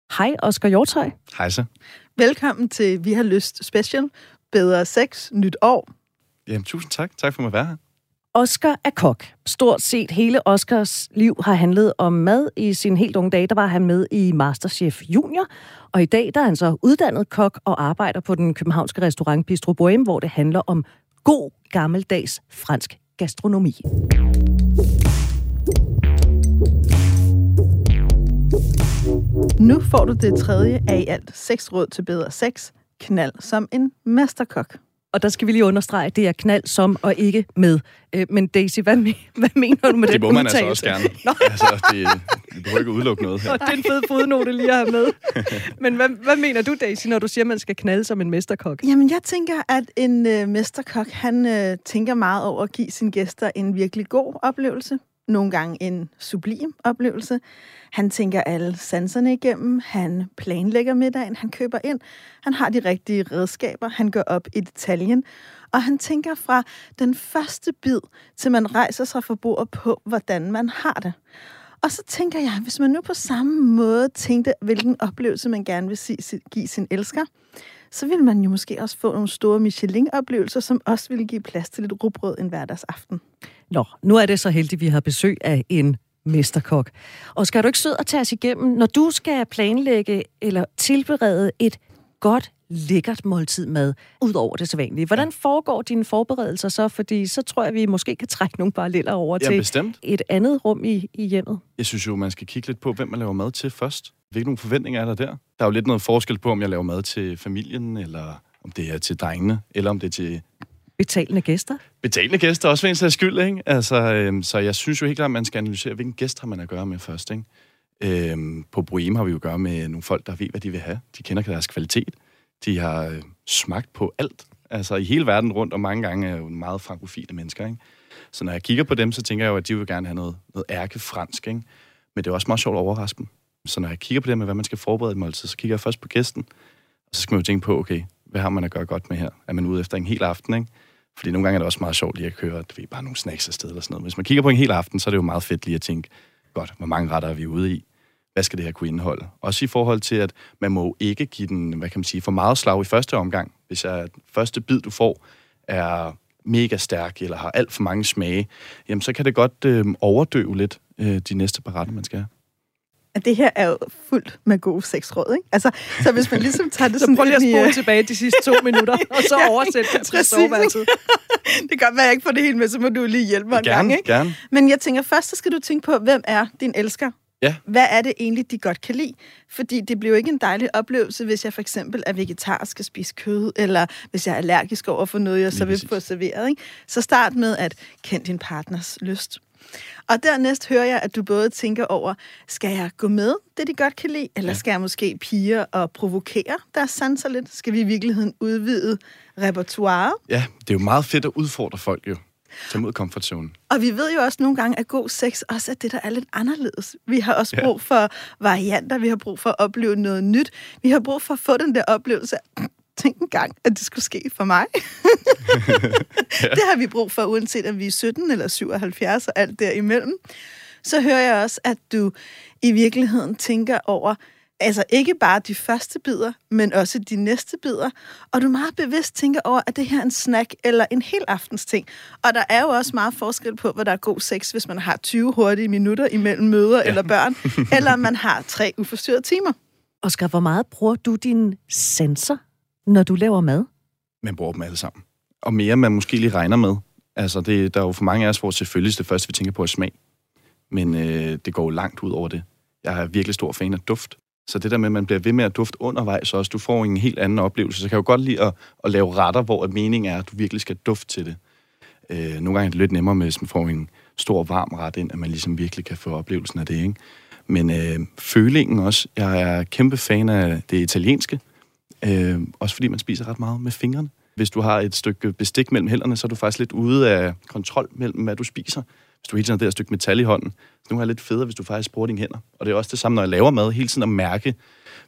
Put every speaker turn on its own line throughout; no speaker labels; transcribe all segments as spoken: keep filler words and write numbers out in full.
Hej, Oscar Hjortøj.
Hej så.
Velkommen til Vi har lyst special. Bedre sex, nyt år.
Jamen, tusind tak. Tak for at være her.
Oscar er kok. Stort set hele Oscars liv har handlet om mad. I sin helt unge dage, der var han med i MasterChef Junior. Og i dag, der er han så uddannet kok og arbejder på den københavnske restaurant Bistro Bohème, hvor det handler om god, gammeldags fransk gastronomi.
Nu får du det tredje af i alt seks råd til bedre sex. Knald som en mesterkok.
Og der skal vi lige understrege, at det er knald som og ikke med. Men Daisy, hvad, hvad mener du med det?
Det må man altså også gerne. altså, det, det behøver ikke udelukke noget her.
Og det er en fed fodnote lige at have med. Men hvad, hvad mener du, Daisy, når du siger, at man skal knalde som en mesterkok?
Jamen, jeg tænker, at en øh, mesterkok, han øh, tænker meget over at give sine gæster en virkelig god oplevelse. Nogle gange en sublim oplevelse. Han tænker alle sanserne igennem, han planlægger middagen, han køber ind, han har de rigtige redskaber, han går op i detaljen, og han tænker fra den første bid, til man rejser sig fra bordet på, hvordan man har det. Og så tænker jeg, hvis man nu på samme måde tænkte, hvilken oplevelse man gerne vil give sin elsker, så vil man jo måske også få nogle store Michelin-oplevelser, som også vil give plads til lidt rugbrød en hverdagsaften.
Nå, nu er det så heldigt, at vi har besøg af en mesterkok. Og skal du ikke sød at tage os igennem, når du skal planlægge eller tilberede et godt, lækkert måltid mad, ud over det sædvanlige. Hvordan foregår dine forberedelser så? Fordi så tror jeg, vi måske kan trække nogle paralleller over
ja,
til
bestemt.
et andet rum i, i hjemmet.
Jeg synes jo, man skal kigge lidt på, hvem man laver mad til først. Hvilke nogle forventninger er der der? Der er jo lidt noget forskel på, om jeg laver mad til familien, eller om det er til drengene, eller om det er til
betalende gæster?
Betalende gæster, også for en sags skyld, ikke? Altså, øhm, så jeg synes jo helt klart, at man skal analysere, hvilken gæst har man at gøre med først, ikke? Øhm, på Bohème har vi jo at gøre med nogle folk, der ved, hvad de vil have. De kender deres kvalitet. De har øh, smagt på alt. Altså i hele verden rundt, og mange gange er jo meget frankofile mennesker, ikke? Så når jeg kigger på dem, så tænker jeg jo, at de vil gerne have noget, noget ærkefransk, ikke? Men det er også meget sjovt at overraske dem. Så når jeg kigger på det med, hvad man skal forberede et måltid, så kigger jeg først på gæsten, og så skal man jo tænke på, okay, hvad har man at gøre godt med her? Er man ude efter en hel aften, ikke? Fordi nogle gange er det også meget sjovt lige at køre, at vi bare nogle snacks afsted eller sådan noget. Hvis man kigger på en hel aften, så er det jo meget fedt lige at tænke, godt, hvor mange retter er vi ude i? Hvad skal det her kunne indeholde? Også i forhold til, at man må ikke give den, hvad kan man sige, for meget slag i første omgang. Hvis jeg, første bid, du får, er mega stærk, eller har alt for mange smage, jamen så kan det godt øh, overdøve lidt øh, de næste par retter, man skal have.
Det her er jo fuldt med gode sexråd, ikke? Altså, så hvis man ligesom tager det
så
sådan...
prøv lige at spole
i,
tilbage de sidste to minutter, og så oversætte det til soveværelset.
Det kan godt være, jeg ikke får det helt med, så må du lige hjælpe mig en
gerne,
gang, ikke?
Gerne.
Men jeg tænker, først så skal du tænke på, hvem er din elsker?
Ja.
Hvad er det egentlig, de godt kan lide? Fordi det bliver jo ikke en dejlig oplevelse, hvis jeg for eksempel er vegetar og skal spise kød, eller hvis jeg er allergisk over for noget, jeg så vil få serveret, ikke? Så start med at kende din partners lyst. Og dernæst hører jeg, at du både tænker over, skal jeg gå med det, de godt kan lide, eller ja. skal jeg måske pige og provokere deres sanser lidt? Skal vi i virkeligheden udvide repertoire?
Ja, det er jo meget fedt at udfordre folk jo. Tag mod komfortzonen.
Og vi ved jo også nogle gange, at god sex også er det, der er lidt anderledes. Vi har også brug for varianter, vi har brug for at opleve noget nyt. Vi har brug for at få den der oplevelse af, tænk en gang, at det skulle ske for mig. ja. Det har vi brug for, uanset om vi er sytten eller syvoghalvfjerds og alt derimellem. Så hører jeg også, at du i virkeligheden tænker over, altså ikke bare de første bidder, men også de næste bidder. Og du meget bevidst tænker over, at det her er en snack eller en hel aftens ting. Og der er jo også meget forskel på, hvad der er god sex, hvis man har tyve hurtige minutter imellem møder ja. eller børn, eller man har tre uforstyrrede timer.
Oscar, hvor meget bruger du dine sanser, når du laver mad?
Man bruger dem alle sammen. Og mere, man måske lige regner med. Altså, det, der er jo for mange af os, hvor selvfølgelig det første, vi tænker på, er smag. Men øh, det går jo langt ud over det. Jeg er virkelig stor fan af duft. Så det der med, at man bliver ved med at dufte undervejs også, du får en helt anden oplevelse. Så kan jeg jo godt lide at, at lave retter, hvor meningen er, at du virkelig skal dufte til det. Øh, nogle gange er det lidt nemmere med, hvis man får en stor varm ret ind, at man ligesom virkelig kan få oplevelsen af det, ikke? Men øh, følingen også. Jeg er kæmpe fan af det italienske. Øh, også fordi man spiser ret meget med fingrene. Hvis du har et stykke bestik mellem hænderne, så er du faktisk lidt ude af kontrol mellem, hvad du spiser. Hvis du hele tiden har det her stykke metal i hånden. Så nu er det lidt federe, hvis du faktisk bruger dine hænder. Og det er også det samme, når jeg laver mad. Hele tiden at mærke,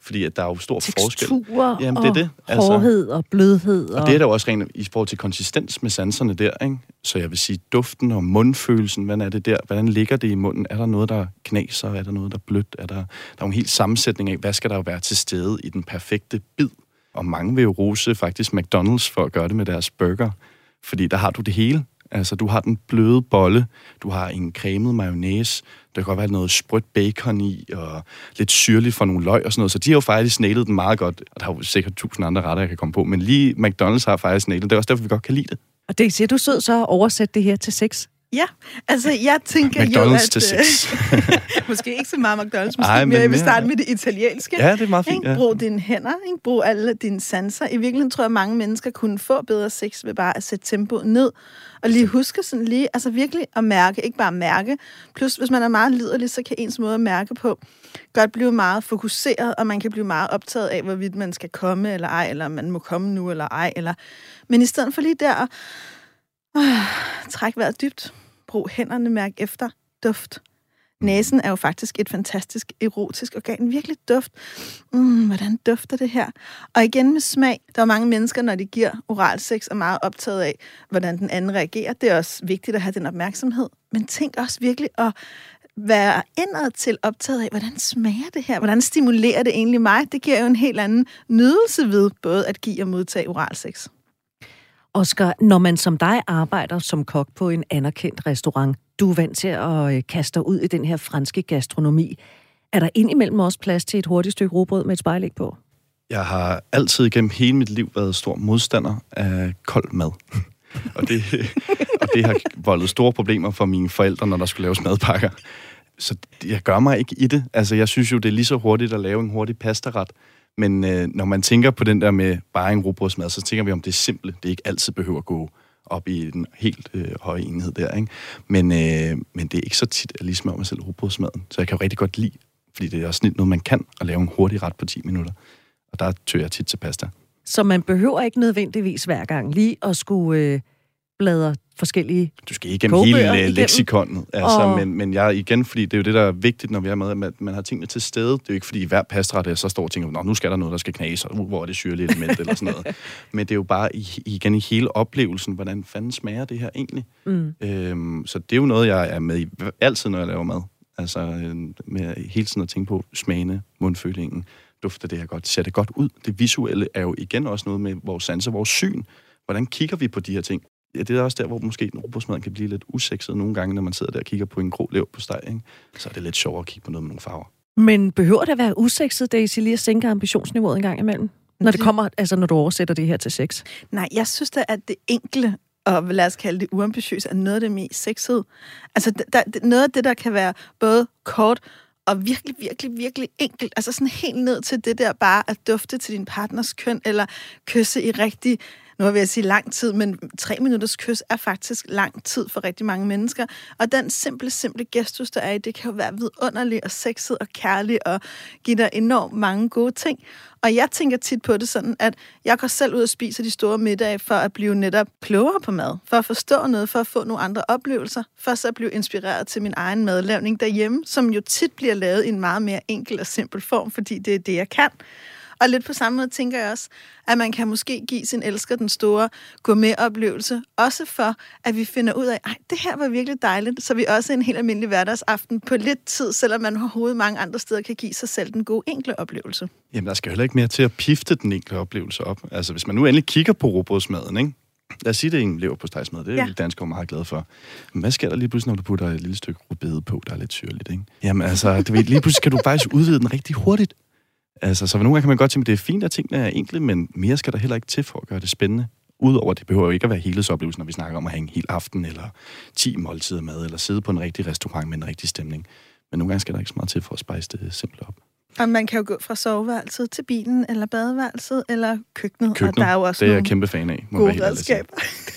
fordi at der er jo stor
Teksturer
forskel. Jamen, det er det.
Altså, hårdhed og blødhed.
Og, og det er der også rent i forhold til konsistens med sanserne der, ikke? Så jeg vil sige, duften og mundfølelsen, hvordan er det der? Hvordan ligger det i munden? Er der noget, der knaser? Er der noget, der er blødt? Er der, der er en helt sammensætning af, hvad skal der være til stede i den perfekte bid? Og mange vil jo rose faktisk McDonald's for at gøre det med deres burger, fordi der har du det hele. Altså, du har den bløde bolle, du har en cremet mayonnaise, der kan godt være noget sprødt bacon i, og lidt syrligt for nogle løg og sådan noget. Så de har jo faktisk nailet den meget godt, og der er jo sikkert tusind andre retter, jeg kan komme på, men lige McDonald's har faktisk nailet. Det er også derfor, vi godt kan lide det.
Og det siger du sød så at oversætte det her til sex?
Ja, altså jeg tænker
McDonald's
jo, at...
til sex.
måske ikke så meget McDonald's, måske
Ej,
mere, jeg vil starte
mere,
med det italienske.
Ja, det er meget fint, ja.
Brug dine hænder, ikke? Brug alle dine sanser. I virkeligheden tror jeg, at mange mennesker kunne få bedre sex ved bare at sætte tempoet ned. Og lige huske sådan lige, altså virkelig at mærke, ikke bare mærke. Plus, hvis man er meget liderlig, så kan ens måde at mærke på godt blive meget fokuseret, og man kan blive meget optaget af, hvorvidt man skal komme eller ej, eller man må komme nu eller ej. Eller... Men i stedet for lige der at øh, trække vejret dybt, brug hænderne, mærk efter, duft. Næsen er jo faktisk et fantastisk erotisk organ. Virkelig duft. Mm, hvordan dufter det her? Og igen med smag. Der er mange mennesker, når de giver oralsex, er meget optaget af, hvordan den anden reagerer. Det er også vigtigt at have den opmærksomhed. Men tænk også virkelig at være indad til optaget af, hvordan smager det her? Hvordan stimulerer det egentlig mig? Det giver jo en helt anden nydelse ved både at give og modtage oralsex.
Oscar, når man som dig arbejder som kok på en anerkendt restaurant, du er vant til at kaste dig ud i den her franske gastronomi. Er der indimellem også plads til et hurtigt stykke rugbrød med et spejlæg på?
Jeg har altid gennem hele mit liv været stor modstander af kold mad. og, det, og det har voldet store problemer for mine forældre, når der skulle laves madpakker. Så jeg gør mig ikke i det. Altså, jeg synes jo, det er lige så hurtigt at lave en hurtig pastaret. Men øh, når man tænker på den der med bare en rugbrødsmad, så tænker vi om det simple. Det ikke altid behøver at gå op i den helt øh, høje enhed der, ikke? Men, øh, men det er ikke så tit, at jeg lige smører mig selv rugbrødsmaden. Så jeg kan jo rigtig godt lide, fordi det er også lidt noget, man kan, at lave en hurtig ret på ti minutter. Og der tør jeg tit til pasta. Så
man behøver ikke nødvendigvis hver gang lige at skulle øh, bladre forskellige
Du skal ikke igennem hele leksikonet. Altså,
og...
men, men jeg igen, fordi det er jo det, der er vigtigt, når vi er med, at man har tingene til stede. Det er jo ikke, fordi hver pastaret så står og tænker, nå, nu skal der noget, der skal knase, og uh, hvor er det syrlige element, eller sådan noget. Men det er jo bare i, igen i hele oplevelsen, hvordan fanden smager det her egentlig. Mm. Øhm, så det er jo noget, jeg er med i altid, når jeg laver mad. Altså med hele tiden at tænke på smagene, mundfølingen, dufter det her godt, ser det godt ud. Det visuelle er jo igen også noget med vores sanser, vores syn. Hvordan kigger vi på de her ting? Ja, det er også der, hvor måske en rugbrødsmad kan blive lidt usekset nogle gange, når man sidder der og kigger på en grå lever på steg, ikke? Så er det lidt sjovere at kigge på noget med nogle farver.
Men behøver det at være usekset, Daisy, lige at sænke ambitionsniveauet en gang imellem? Når det kommer, altså når du oversætter det her til sex?
Nej, jeg synes da, at det enkle, og lad os kalde det uambitiøse, er noget af det mest sexede. Altså der, noget af det, der kan være både kort og virkelig, virkelig, virkelig enkelt. Altså sådan helt ned til det der bare at dufte til din partners køn, eller kysse i rigtig, nu vil jeg sige lang tid, men tre minutters kys er faktisk lang tid for rigtig mange mennesker. Og den simple, simple gestus, der er i, det kan jo være vidunderlig og sexet og kærlig og give dig enormt mange gode ting. Og jeg tænker tit på det sådan, at jeg går selv ud og spiser de store middage for at blive netop klogere på mad, for at forstå noget, for at få nogle andre oplevelser, for så at blive inspireret til min egen madlavning derhjemme, som jo tit bliver lavet i en meget mere enkel og simpel form, fordi det er det, jeg kan. Og lidt på samme måde tænker jeg også, at man kan måske give sin elsker den store gourmet-oplevelse, også for, at vi finder ud af, at det her var virkelig dejligt, så vi også en helt almindelig hverdagsaften på lidt tid, selvom man overhovedet mange andre steder kan give sig selv den gode, enkle oplevelse.
Jamen, der skal heller ikke mere til at pifte den enkle oplevelse op. Altså, hvis man nu endelig kigger på rugbrødsmaden, ikke? Lad os sige, det er en leverpostejsmad. Det er ja. danskere meget glade for. Men hvad sker der lige pludselig, når du putter et lille stykke rødbede på, der er lidt syrligt, ikke? Jamen, altså, du ved, lige pludselig skal du faktisk udvide den rigtig hurtigt. Altså, så nogle gange kan man godt tænke, at det er fint, at tingene er enkle, men mere skal der heller ikke til for at gøre det spændende. Udover, det behøver jo ikke at være helhedsoplevelse, når vi snakker om at have en hel aften, eller ti måltider mad, eller sidde på en rigtig restaurant med en rigtig stemning. Men nogle gange skal der ikke så meget til for at spice det simpelt op.
Og man kan jo gå fra soveværelset til bilen, eller badeværelset, eller køkkenet.
Køkkenet,
og der er jo også
det er jeg kæmpe fan af.
Gode redskaber.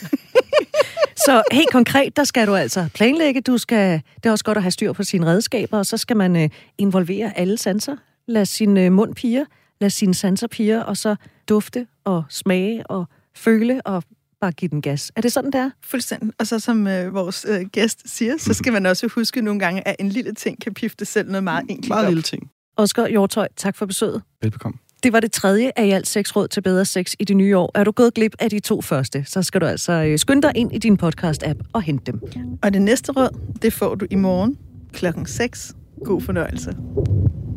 Så helt konkret, der skal du altså planlægge. Du skal, det er også godt at have styr på sine redskaber, og så skal man øh, involvere alle sanser. Lad sin øh, mund pire, lad sine sanser pire, og så dufte og smage og føle og bare give den gas. Er det sådan, det er?
Fuldstændig. Og så som øh, vores øh, gæst siger, så skal man også huske nogle gange, at en lille ting kan pifte selv noget meget enkelt
meget
op.
lille ting.
Oscar Hjortøj, tak for besøget.
Velbekomme.
Det var det tredje af i alt seks råd til bedre sex i det nye år. Er du gået glip af de to første, så skal du altså skynde dig ind i din podcast-app og hente dem.
Og det næste råd, det får du i morgen klokken seks. God fornøjelse.